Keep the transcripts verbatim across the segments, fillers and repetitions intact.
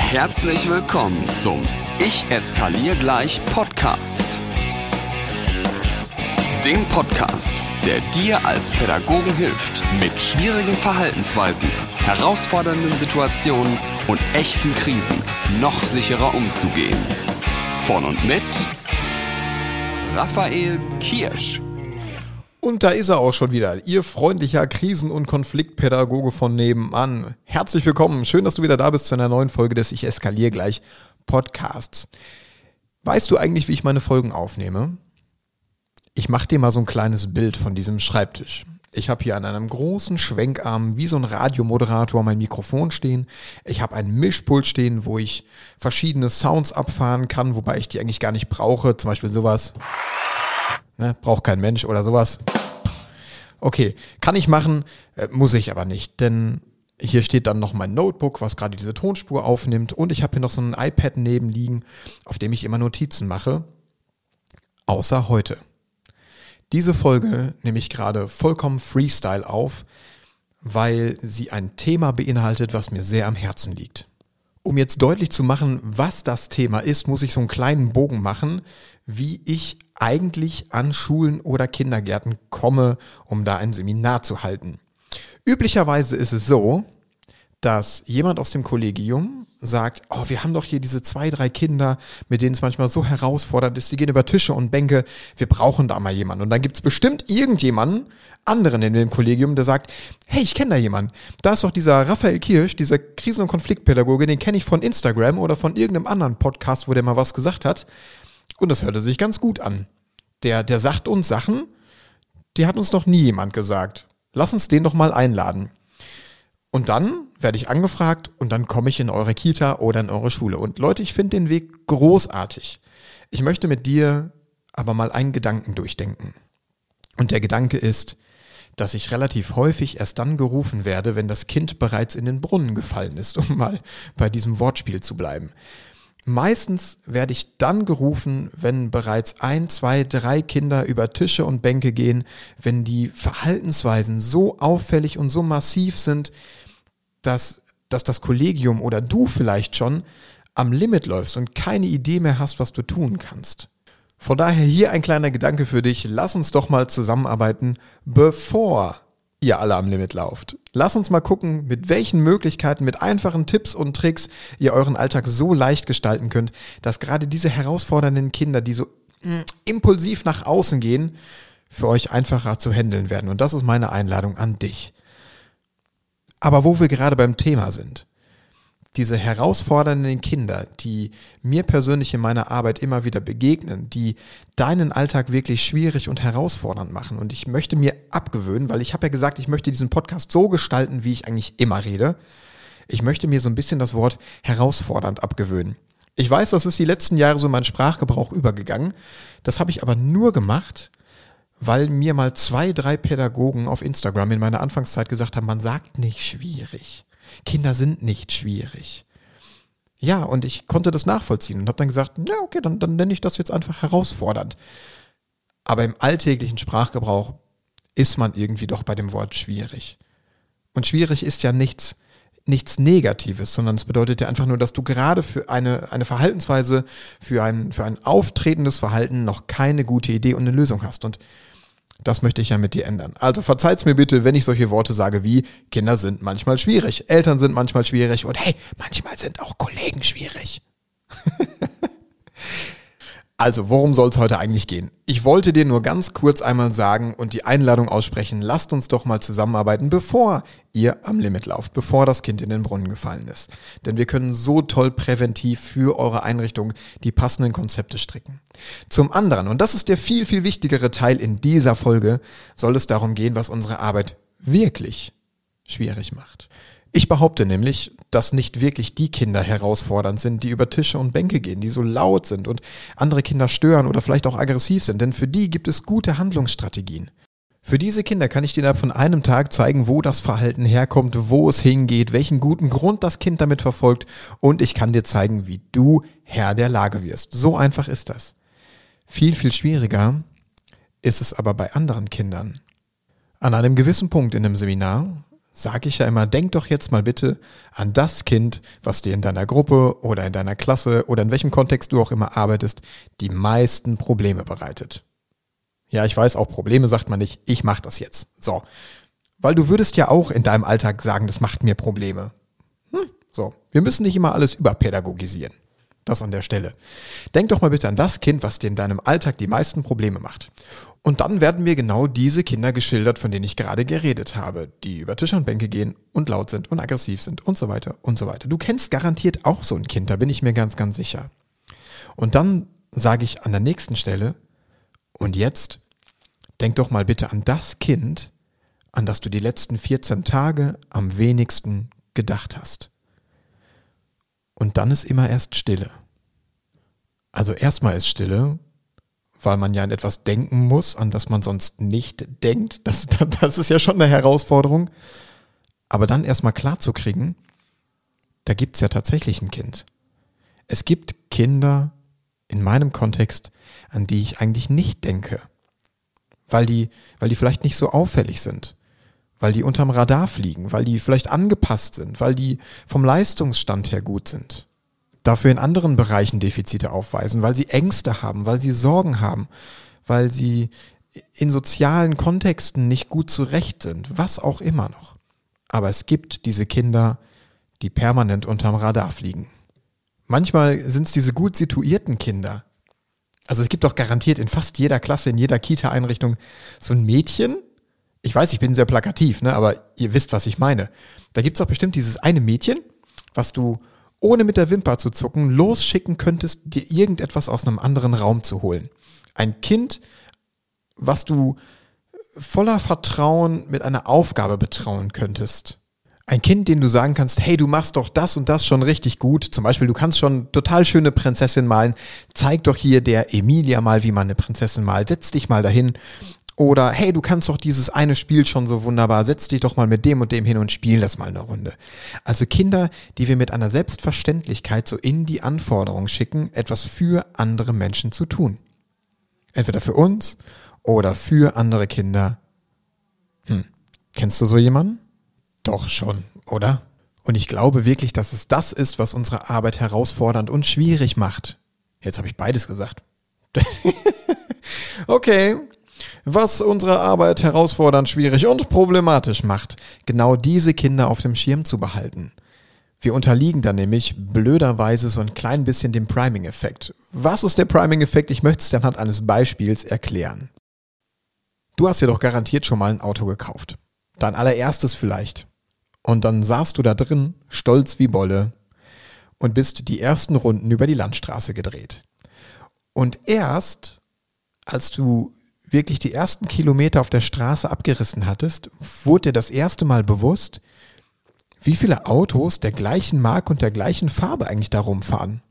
Herzlich willkommen zum Ich eskaliere gleich Podcast. Dem Podcast, der dir als Pädagogen hilft, mit schwierigen Verhaltensweisen, herausfordernden Situationen und echten Krisen noch sicherer umzugehen. Von und mit Raphael Kirsch. Und da ist er auch schon wieder, Ihr freundlicher Krisen- und Konfliktpädagoge von nebenan. Herzlich willkommen, schön, dass du wieder da bist zu einer neuen Folge des Ich eskaliere gleich Podcasts. Weißt du eigentlich, wie ich meine Folgen aufnehme? Ich mache dir mal so ein kleines Bild von diesem Schreibtisch. Ich habe hier an einem großen Schwenkarm wie so ein Radiomoderator mein Mikrofon stehen. Ich habe ein Mischpult stehen, wo ich verschiedene Sounds abfahren kann, wobei ich die eigentlich gar nicht brauche, zum Beispiel sowas. Ne, braucht kein Mensch oder sowas. Okay, kann ich machen, äh, muss ich aber nicht, denn hier steht dann noch mein Notebook, was gerade diese Tonspur aufnimmt, und ich habe hier noch so ein iPad neben liegen, auf dem ich immer Notizen mache, außer heute. Diese Folge nehme ich gerade vollkommen Freestyle auf, weil sie ein Thema beinhaltet, was mir sehr am Herzen liegt. Um jetzt deutlich zu machen, was das Thema ist, muss ich so einen kleinen Bogen machen, wie ich eigentlich an Schulen oder Kindergärten komme, um da ein Seminar zu halten. Üblicherweise ist es so, dass jemand aus dem Kollegium sagt, oh, wir haben doch hier diese zwei, drei Kinder, mit denen es manchmal so herausfordernd ist, die gehen über Tische und Bänke, wir brauchen da mal jemanden. Und dann gibt es bestimmt irgendjemanden, anderen in dem Kollegium, der sagt, hey, ich kenne da jemanden. Da ist doch dieser Raphael Kirsch, dieser Krisen- und Konfliktpädagoge, den kenne ich von Instagram oder von irgendeinem anderen Podcast, wo der mal was gesagt hat. Und das hörte sich ganz gut an. Der, der sagt uns Sachen, die hat uns noch nie jemand gesagt. Lass uns den doch mal einladen. Und dann werde ich angefragt und dann komme ich in eure Kita oder in eure Schule. Und Leute, ich finde den Weg großartig. Ich möchte mit dir aber mal einen Gedanken durchdenken. Und der Gedanke ist, dass ich relativ häufig erst dann gerufen werde, wenn das Kind bereits in den Brunnen gefallen ist, um mal bei diesem Wortspiel zu bleiben. Meistens werde ich dann gerufen, wenn bereits ein, zwei, drei Kinder über Tische und Bänke gehen, wenn die Verhaltensweisen so auffällig und so massiv sind, dass, dass das Kollegium oder du vielleicht schon am Limit läufst und keine Idee mehr hast, was du tun kannst. Von daher hier ein kleiner Gedanke für dich. Lass uns doch mal zusammenarbeiten, bevor ihr alle am Limit lauft. Lass uns mal gucken, mit welchen Möglichkeiten, mit einfachen Tipps und Tricks ihr euren Alltag so leicht gestalten könnt, dass gerade diese herausfordernden Kinder, die so mh, impulsiv nach außen gehen, für euch einfacher zu handeln werden. Und das ist meine Einladung an dich. Aber wo wir gerade beim Thema sind, diese herausfordernden Kinder, die mir persönlich in meiner Arbeit immer wieder begegnen, die deinen Alltag wirklich schwierig und herausfordernd machen. Und ich möchte mir abgewöhnen, weil ich habe ja gesagt, ich möchte diesen Podcast so gestalten, wie ich eigentlich immer rede. Ich möchte mir so ein bisschen das Wort herausfordernd abgewöhnen. Ich weiß, das ist die letzten Jahre so in meinen Sprachgebrauch übergegangen. Das habe ich aber nur gemacht, weil mir mal zwei, drei Pädagogen auf Instagram in meiner Anfangszeit gesagt haben, man sagt nicht schwierig. Kinder sind nicht schwierig. Ja, und ich konnte das nachvollziehen und habe dann gesagt, ja okay, dann, dann nenne ich das jetzt einfach herausfordernd. Aber im alltäglichen Sprachgebrauch ist man irgendwie doch bei dem Wort schwierig. Und schwierig ist ja nichts, nichts Negatives, sondern es bedeutet ja einfach nur, dass du gerade für eine, eine Verhaltensweise, für ein, für ein auftretendes Verhalten noch keine gute Idee und eine Lösung hast. Und das möchte ich ja mit dir ändern. Also verzeiht's mir bitte, wenn ich solche Worte sage wie Kinder sind manchmal schwierig, Eltern sind manchmal schwierig und hey, manchmal sind auch Kollegen schwierig. Also, worum soll es heute eigentlich gehen? Ich wollte dir nur ganz kurz einmal sagen und die Einladung aussprechen, lasst uns doch mal zusammenarbeiten, bevor ihr am Limit lauft, bevor das Kind in den Brunnen gefallen ist. Denn wir können so toll präventiv für eure Einrichtung die passenden Konzepte stricken. Zum anderen, und das ist der viel, viel wichtigere Teil in dieser Folge, soll es darum gehen, was unsere Arbeit wirklich schwierig macht. Ich behaupte nämlich, dass nicht wirklich die Kinder herausfordernd sind, die über Tische und Bänke gehen, die so laut sind und andere Kinder stören oder vielleicht auch aggressiv sind, denn für die gibt es gute Handlungsstrategien. Für diese Kinder kann ich dir innerhalb von einem Tag zeigen, wo das Verhalten herkommt, wo es hingeht, welchen guten Grund das Kind damit verfolgt und ich kann dir zeigen, wie du Herr der Lage wirst. So einfach ist das. Viel, viel schwieriger ist es aber bei anderen Kindern. An einem gewissen Punkt in einem Seminar sage ich ja immer, denk doch jetzt mal bitte an das Kind, was dir in deiner Gruppe oder in deiner Klasse oder in welchem Kontext du auch immer arbeitest, die meisten Probleme bereitet. Ja, ich weiß, auch Probleme sagt man nicht, ich mache das jetzt. So, weil du würdest ja auch in deinem Alltag sagen, das macht mir Probleme. Hm, so, wir müssen nicht immer alles überpädagogisieren. Das an der Stelle. Denk doch mal bitte an das Kind, was dir in deinem Alltag die meisten Probleme macht. Und dann werden mir genau diese Kinder geschildert, von denen ich gerade geredet habe, die über Tische und Bänke gehen und laut sind und aggressiv sind und so weiter und so weiter. Du kennst garantiert auch so ein Kind, da bin ich mir ganz, ganz sicher. Und dann sage ich an der nächsten Stelle, und jetzt denk doch mal bitte an das Kind, an das du die letzten vierzehn Tage am wenigsten gedacht hast. Und dann ist immer erst Stille. Also erstmal ist Stille, weil man ja an etwas denken muss, an das man sonst nicht denkt. Das, das ist ja schon eine Herausforderung. Aber dann erstmal klar zu kriegen, da gibt es ja tatsächlich ein Kind. Es gibt Kinder in meinem Kontext, an die ich eigentlich nicht denke. Weil die, weil die vielleicht nicht so auffällig sind. Weil die unterm Radar fliegen, weil die vielleicht angepasst sind, weil die vom Leistungsstand her gut sind. Dafür in anderen Bereichen Defizite aufweisen, weil sie Ängste haben, weil sie Sorgen haben, weil sie in sozialen Kontexten nicht gut zurecht sind, was auch immer noch. Aber es gibt diese Kinder, die permanent unterm Radar fliegen. Manchmal sind es diese gut situierten Kinder. Also es gibt doch garantiert in fast jeder Klasse, in jeder Kita-Einrichtung so ein Mädchen. Ich weiß, ich bin sehr plakativ, ne, aber ihr wisst, was ich meine. Da gibt es doch bestimmt dieses eine Mädchen, was du ohne mit der Wimper zu zucken losschicken könntest, dir irgendetwas aus einem anderen Raum zu holen. Ein Kind, was du voller Vertrauen mit einer Aufgabe betrauen könntest. Ein Kind, dem du sagen kannst, hey, du machst doch das und das schon richtig gut. Zum Beispiel, du kannst schon total schöne Prinzessin malen. Zeig doch hier der Emilia mal, wie man eine Prinzessin malt. Setz dich mal dahin. Oder, hey, du kannst doch dieses eine Spiel schon so wunderbar, setz dich doch mal mit dem und dem hin und spiel das mal eine Runde. Also Kinder, die wir mit einer Selbstverständlichkeit so in die Anforderung schicken, etwas für andere Menschen zu tun. Entweder für uns oder für andere Kinder. Hm, kennst du so jemanden? Doch schon, oder? Und ich glaube wirklich, dass es das ist, was unsere Arbeit herausfordernd und schwierig macht. Jetzt habe ich beides gesagt. Okay. Was unsere Arbeit herausfordernd, schwierig und problematisch macht, genau diese Kinder auf dem Schirm zu behalten. Wir unterliegen dann nämlich blöderweise so ein klein bisschen dem Priming-Effekt. Was ist der Priming-Effekt? Ich möchte es dir anhand eines Beispiels erklären. Du hast dir doch garantiert schon mal ein Auto gekauft. Dein allererstes vielleicht. Und dann saßt du da drin, stolz wie Bolle, und bist die ersten Runden über die Landstraße gedreht. Und erst, als du wirklich die ersten Kilometer auf der Straße abgerissen hattest, wurde dir das erste Mal bewusst, wie viele Autos der gleichen Marke und der gleichen Farbe eigentlich da rumfahren.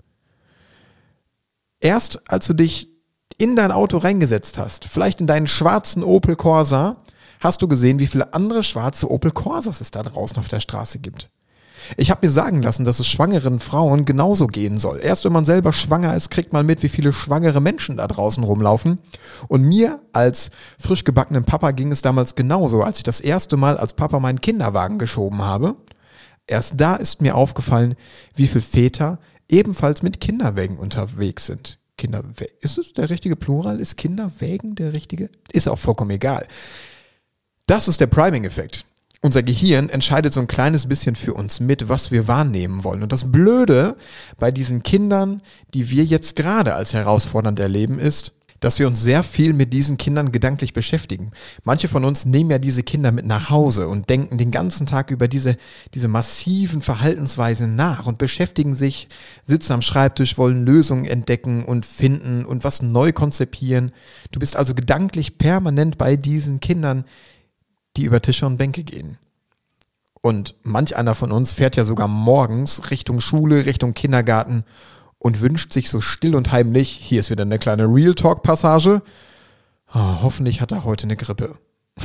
Erst als du dich in dein Auto reingesetzt hast, vielleicht in deinen schwarzen Opel Corsa, hast du gesehen, wie viele andere schwarze Opel Corsas es da draußen auf der Straße gibt. Ich habe mir sagen lassen, dass es schwangeren Frauen genauso gehen soll. Erst wenn man selber schwanger ist, kriegt man mit, wie viele schwangere Menschen da draußen rumlaufen. Und mir als frisch gebackenen Papa ging es damals genauso, als ich das erste Mal als Papa meinen Kinderwagen geschoben habe. Erst da ist mir aufgefallen, wie viele Väter ebenfalls mit Kinderwägen unterwegs sind. Kinderwägen, ist es der richtige Plural? Ist Kinderwägen der richtige? Ist auch vollkommen egal. Das ist der Priming-Effekt. Unser Gehirn entscheidet so ein kleines bisschen für uns mit, was wir wahrnehmen wollen. Und das Blöde bei diesen Kindern, die wir jetzt gerade als herausfordernd erleben, ist, dass wir uns sehr viel mit diesen Kindern gedanklich beschäftigen. Manche von uns nehmen ja diese Kinder mit nach Hause und denken den ganzen Tag über diese, diese massiven Verhaltensweisen nach und beschäftigen sich, sitzen am Schreibtisch, wollen Lösungen entdecken und finden und was neu konzipieren. Du bist also gedanklich permanent bei diesen Kindern, die über Tische und Bänke gehen. Und manch einer von uns fährt ja sogar morgens Richtung Schule, Richtung Kindergarten und wünscht sich so still und heimlich, hier ist wieder eine kleine Real Talk-Passage, oh, hoffentlich hat er heute eine Grippe.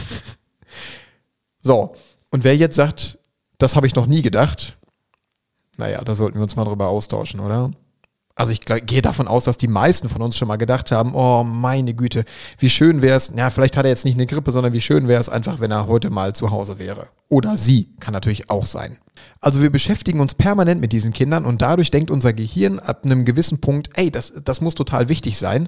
So, und wer jetzt sagt, das habe ich noch nie gedacht, naja, da sollten wir uns mal drüber austauschen, oder? Also ich gehe davon aus, dass die meisten von uns schon mal gedacht haben, oh meine Güte, wie schön wäre es, na vielleicht hat er jetzt nicht eine Grippe, sondern wie schön wäre es einfach, wenn er heute mal zu Hause wäre. Oder sie, kann natürlich auch sein. Also wir beschäftigen uns permanent mit diesen Kindern und dadurch denkt unser Gehirn ab einem gewissen Punkt, ey, das, das muss total wichtig sein.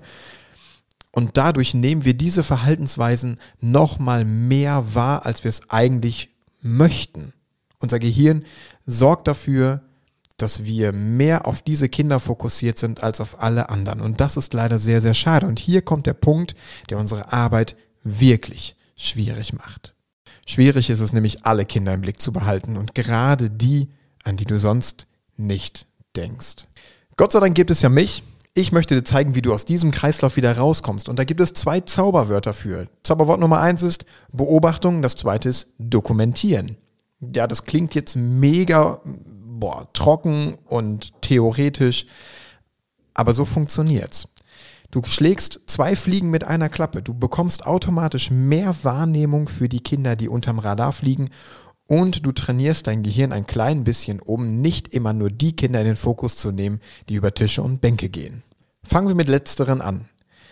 Und dadurch nehmen wir diese Verhaltensweisen nochmal mehr wahr, als wir es eigentlich möchten. Unser Gehirn sorgt dafür, dass wir mehr auf diese Kinder fokussiert sind als auf alle anderen. Und das ist leider sehr, sehr schade. Und hier kommt der Punkt, der unsere Arbeit wirklich schwierig macht. Schwierig ist es nämlich, alle Kinder im Blick zu behalten und gerade die, an die du sonst nicht denkst. Gott sei Dank gibt es ja mich. Ich möchte dir zeigen, wie du aus diesem Kreislauf wieder rauskommst. Und da gibt es zwei Zauberwörter für. Zauberwort Nummer eins ist Beobachtung, das zweite ist Dokumentieren. Ja, das klingt jetzt mega boah, trocken und theoretisch, aber so funktioniert's. Du schlägst zwei Fliegen mit einer Klappe. Du bekommst automatisch mehr Wahrnehmung für die Kinder, die unterm Radar fliegen und du trainierst dein Gehirn ein klein bisschen, um nicht immer nur die Kinder in den Fokus zu nehmen, die über Tische und Bänke gehen. Fangen wir mit letzteren an.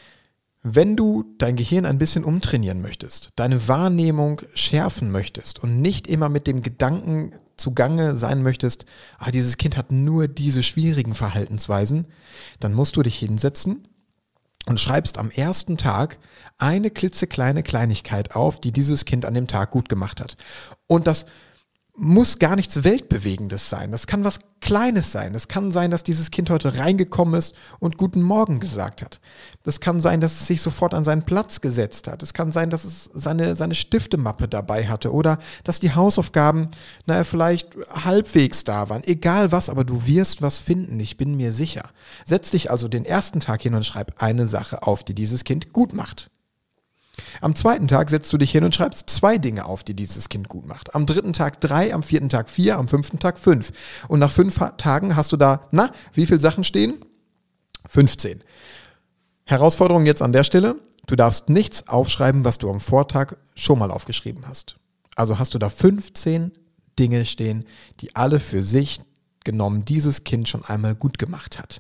Wenn du dein Gehirn ein bisschen umtrainieren möchtest, deine Wahrnehmung schärfen möchtest und nicht immer mit dem Gedanken zugange sein möchtest, ah, dieses Kind hat nur diese schwierigen Verhaltensweisen, dann musst du dich hinsetzen und schreibst am ersten Tag eine klitzekleine Kleinigkeit auf, die dieses Kind an dem Tag gut gemacht hat. Und das muss gar nichts Weltbewegendes sein. Das kann was Kleines sein. Es kann sein, dass dieses Kind heute reingekommen ist und Guten Morgen gesagt hat. Das kann sein, dass es sich sofort an seinen Platz gesetzt hat. Es kann sein, dass es seine, seine Stiftemappe dabei hatte oder dass die Hausaufgaben, naja, vielleicht halbwegs da waren. Egal was, aber du wirst was finden. Ich bin mir sicher. Setz dich also den ersten Tag hin und schreib eine Sache auf, die dieses Kind gut macht. Am zweiten Tag setzt du dich hin und schreibst zwei Dinge auf, die dieses Kind gut macht. Am dritten Tag drei, am vierten Tag vier, am fünften Tag fünf. Und nach fünf Tagen hast du da, na, wie viele Sachen stehen? fünfzehn. Herausforderung jetzt an der Stelle, du darfst nichts aufschreiben, was du am Vortag schon mal aufgeschrieben hast. Also hast du da fünfzehn Dinge stehen, die alle für sich genommen dieses Kind schon einmal gut gemacht hat.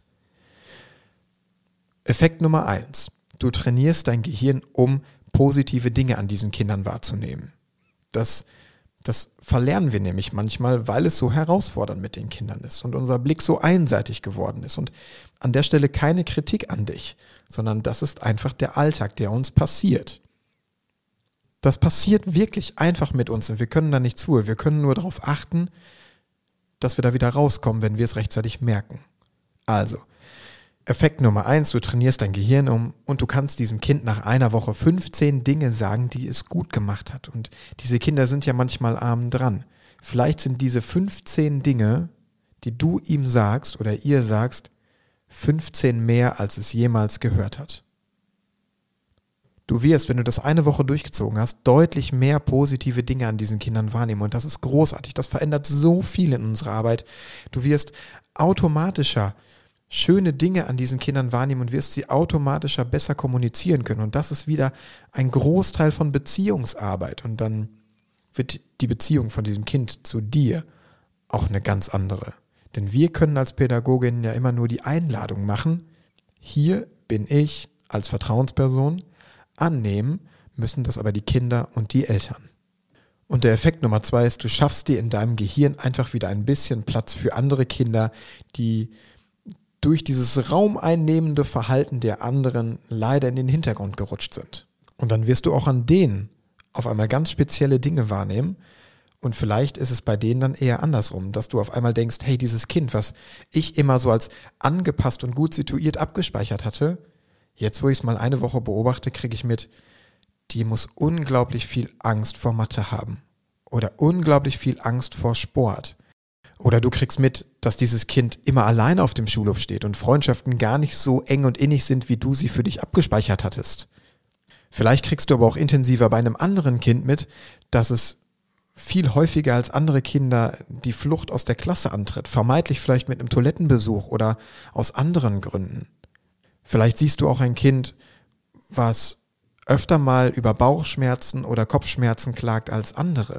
Effekt Nummer eins. Du trainierst dein Gehirn, um positive Dinge an diesen Kindern wahrzunehmen. Das, das verlernen wir nämlich manchmal, weil es so herausfordernd mit den Kindern ist und unser Blick so einseitig geworden ist. Und an der Stelle keine Kritik an dich, sondern das ist einfach der Alltag, der uns passiert. Das passiert wirklich einfach mit uns und wir können da nichts zu. Wir können nur darauf achten, dass wir da wieder rauskommen, wenn wir es rechtzeitig merken. Also, Effekt Nummer eins, du trainierst dein Gehirn um und du kannst diesem Kind nach einer Woche fünfzehn Dinge sagen, die es gut gemacht hat. Und diese Kinder sind ja manchmal arm dran. Vielleicht sind diese fünfzehn Dinge, die du ihm sagst oder ihr sagst, fünfzehn mehr, als es jemals gehört hat. Du wirst, wenn du das eine Woche durchgezogen hast, deutlich mehr positive Dinge an diesen Kindern wahrnehmen. Und das ist großartig. Das verändert so viel in unserer Arbeit. Du wirst automatischer schöne Dinge an diesen Kindern wahrnehmen und wirst sie automatischer besser kommunizieren können. Und das ist wieder ein Großteil von Beziehungsarbeit. Und dann wird die Beziehung von diesem Kind zu dir auch eine ganz andere. Denn wir können als Pädagogin ja immer nur die Einladung machen. Hier bin ich als Vertrauensperson. Annehmen müssen das aber die Kinder und die Eltern. Und der Effekt Nummer zwei ist, du schaffst dir in deinem Gehirn einfach wieder ein bisschen Platz für andere Kinder, die durch dieses raumeinnehmende Verhalten der anderen leider in den Hintergrund gerutscht sind. Und dann wirst du auch an denen auf einmal ganz spezielle Dinge wahrnehmen und vielleicht ist es bei denen dann eher andersrum, dass du auf einmal denkst, hey, dieses Kind, was ich immer so als angepasst und gut situiert abgespeichert hatte, jetzt wo ich es mal eine Woche beobachte, kriege ich mit, die muss unglaublich viel Angst vor Mathe haben oder unglaublich viel Angst vor Sport. Oder du kriegst mit, dass dieses Kind immer alleine auf dem Schulhof steht und Freundschaften gar nicht so eng und innig sind, wie du sie für dich abgespeichert hattest. Vielleicht kriegst du aber auch intensiver bei einem anderen Kind mit, dass es viel häufiger als andere Kinder die Flucht aus der Klasse antritt, vermeintlich vielleicht mit einem Toilettenbesuch oder aus anderen Gründen. Vielleicht siehst du auch ein Kind, was öfter mal über Bauchschmerzen oder Kopfschmerzen klagt als andere.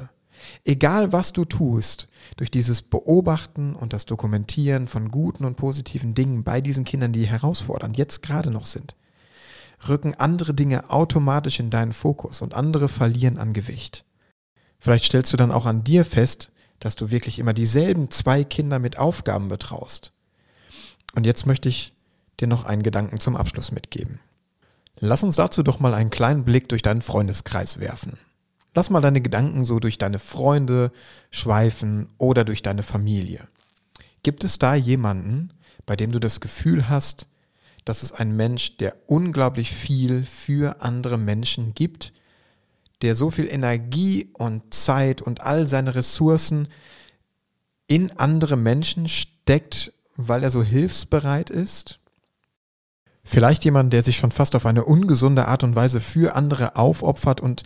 Egal was du tust, durch dieses Beobachten und das Dokumentieren von guten und positiven Dingen bei diesen Kindern, die herausfordernd jetzt gerade noch sind, rücken andere Dinge automatisch in deinen Fokus und andere verlieren an Gewicht. Vielleicht stellst du dann auch an dir fest, dass du wirklich immer dieselben zwei Kinder mit Aufgaben betraust. Und jetzt möchte ich dir noch einen Gedanken zum Abschluss mitgeben. Lass uns dazu doch mal einen kleinen Blick durch deinen Freundeskreis werfen. Lass mal deine Gedanken so durch deine Freunde schweifen oder durch deine Familie. Gibt es da jemanden, bei dem du das Gefühl hast, dass es ein Mensch, der unglaublich viel für andere Menschen gibt, der so viel Energie und Zeit und all seine Ressourcen in andere Menschen steckt, weil er so hilfsbereit ist? Vielleicht jemand, der sich schon fast auf eine ungesunde Art und Weise für andere aufopfert und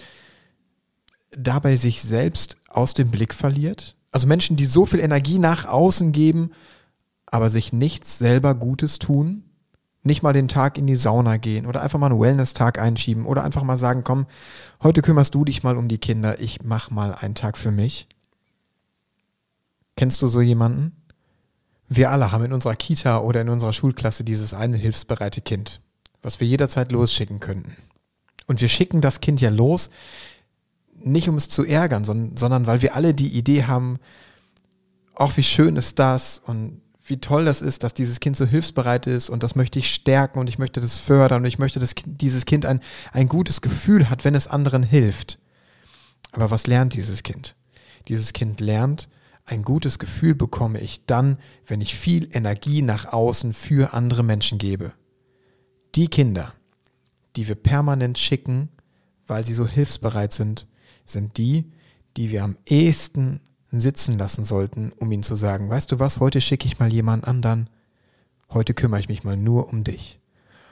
dabei sich selbst aus dem Blick verliert? Also Menschen, die so viel Energie nach außen geben, aber sich nichts selber Gutes tun? Nicht mal den Tag in die Sauna gehen oder einfach mal einen Wellness-Tag einschieben oder einfach mal sagen, komm, heute kümmerst du dich mal um die Kinder, ich mach mal einen Tag für mich. Kennst du so jemanden? Wir alle haben in unserer Kita oder in unserer Schulklasse dieses eine hilfsbereite Kind, was wir jederzeit losschicken könnten. Und wir schicken das Kind ja los, nicht um es zu ärgern, sondern, sondern weil wir alle die Idee haben, auch wie schön ist das und wie toll das ist, dass dieses Kind so hilfsbereit ist und das möchte ich stärken und ich möchte das fördern und ich möchte, dass dieses Kind ein, ein gutes Gefühl hat, wenn es anderen hilft. Aber was lernt dieses Kind? Dieses Kind lernt, ein gutes Gefühl bekomme ich dann, wenn ich viel Energie nach außen für andere Menschen gebe. Die Kinder, die wir permanent schicken, weil sie so hilfsbereit sind, sind die, die wir am ehesten sitzen lassen sollten, um ihnen zu sagen, weißt du was, heute schicke ich mal jemand anderen, heute kümmere ich mich mal nur um dich.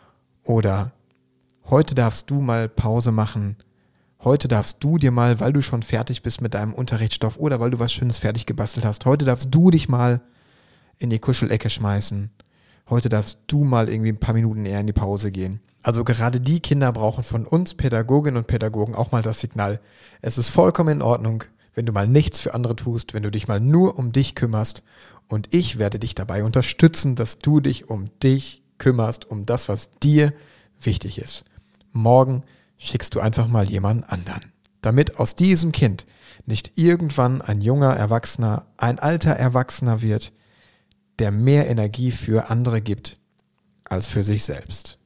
Oder heute darfst du mal Pause machen, heute darfst du dir mal, weil du schon fertig bist mit deinem Unterrichtsstoff oder weil du was Schönes fertig gebastelt hast, heute darfst du dich mal in die Kuschelecke schmeißen, heute darfst du mal irgendwie ein paar Minuten eher in die Pause gehen. Also gerade die Kinder brauchen von uns Pädagoginnen und Pädagogen auch mal das Signal, es ist vollkommen in Ordnung, wenn du mal nichts für andere tust, wenn du dich mal nur um dich kümmerst und ich werde dich dabei unterstützen, dass du dich um dich kümmerst, um das, was dir wichtig ist. Morgen schickst du einfach mal jemanden anderen, damit aus diesem Kind nicht irgendwann ein junger Erwachsener, ein alter Erwachsener wird, der mehr Energie für andere gibt als für sich selbst.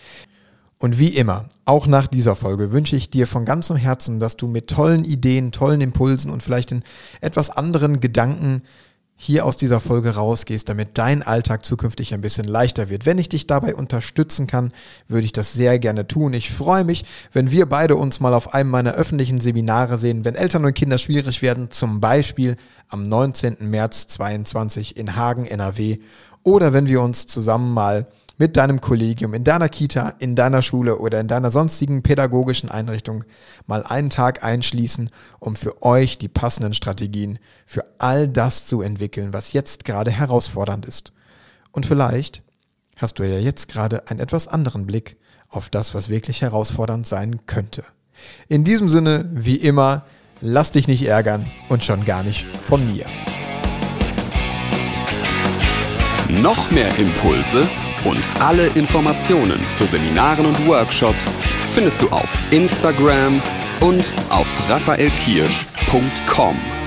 Und wie immer, auch nach dieser Folge wünsche ich dir von ganzem Herzen, dass du mit tollen Ideen, tollen Impulsen und vielleicht in etwas anderen Gedanken hier aus dieser Folge rausgehst, damit dein Alltag zukünftig ein bisschen leichter wird. Wenn ich dich dabei unterstützen kann, würde ich das sehr gerne tun. Ich freue mich, wenn wir beide uns mal auf einem meiner öffentlichen Seminare sehen, wenn Eltern und Kinder schwierig werden, zum Beispiel am neunzehnten März zweiundzwanzig in Hagen, N R W, oder wenn wir uns zusammen mal mit deinem Kollegium, in deiner Kita, in deiner Schule oder in deiner sonstigen pädagogischen Einrichtung mal einen Tag einschließen, um für euch die passenden Strategien für all das zu entwickeln, was jetzt gerade herausfordernd ist. Und vielleicht hast du ja jetzt gerade einen etwas anderen Blick auf das, was wirklich herausfordernd sein könnte. In diesem Sinne, wie immer, lass dich nicht ärgern und schon gar nicht von mir. Noch mehr Impulse und alle Informationen zu Seminaren und Workshops findest du auf Instagram und auf raphael kirsch punkt com.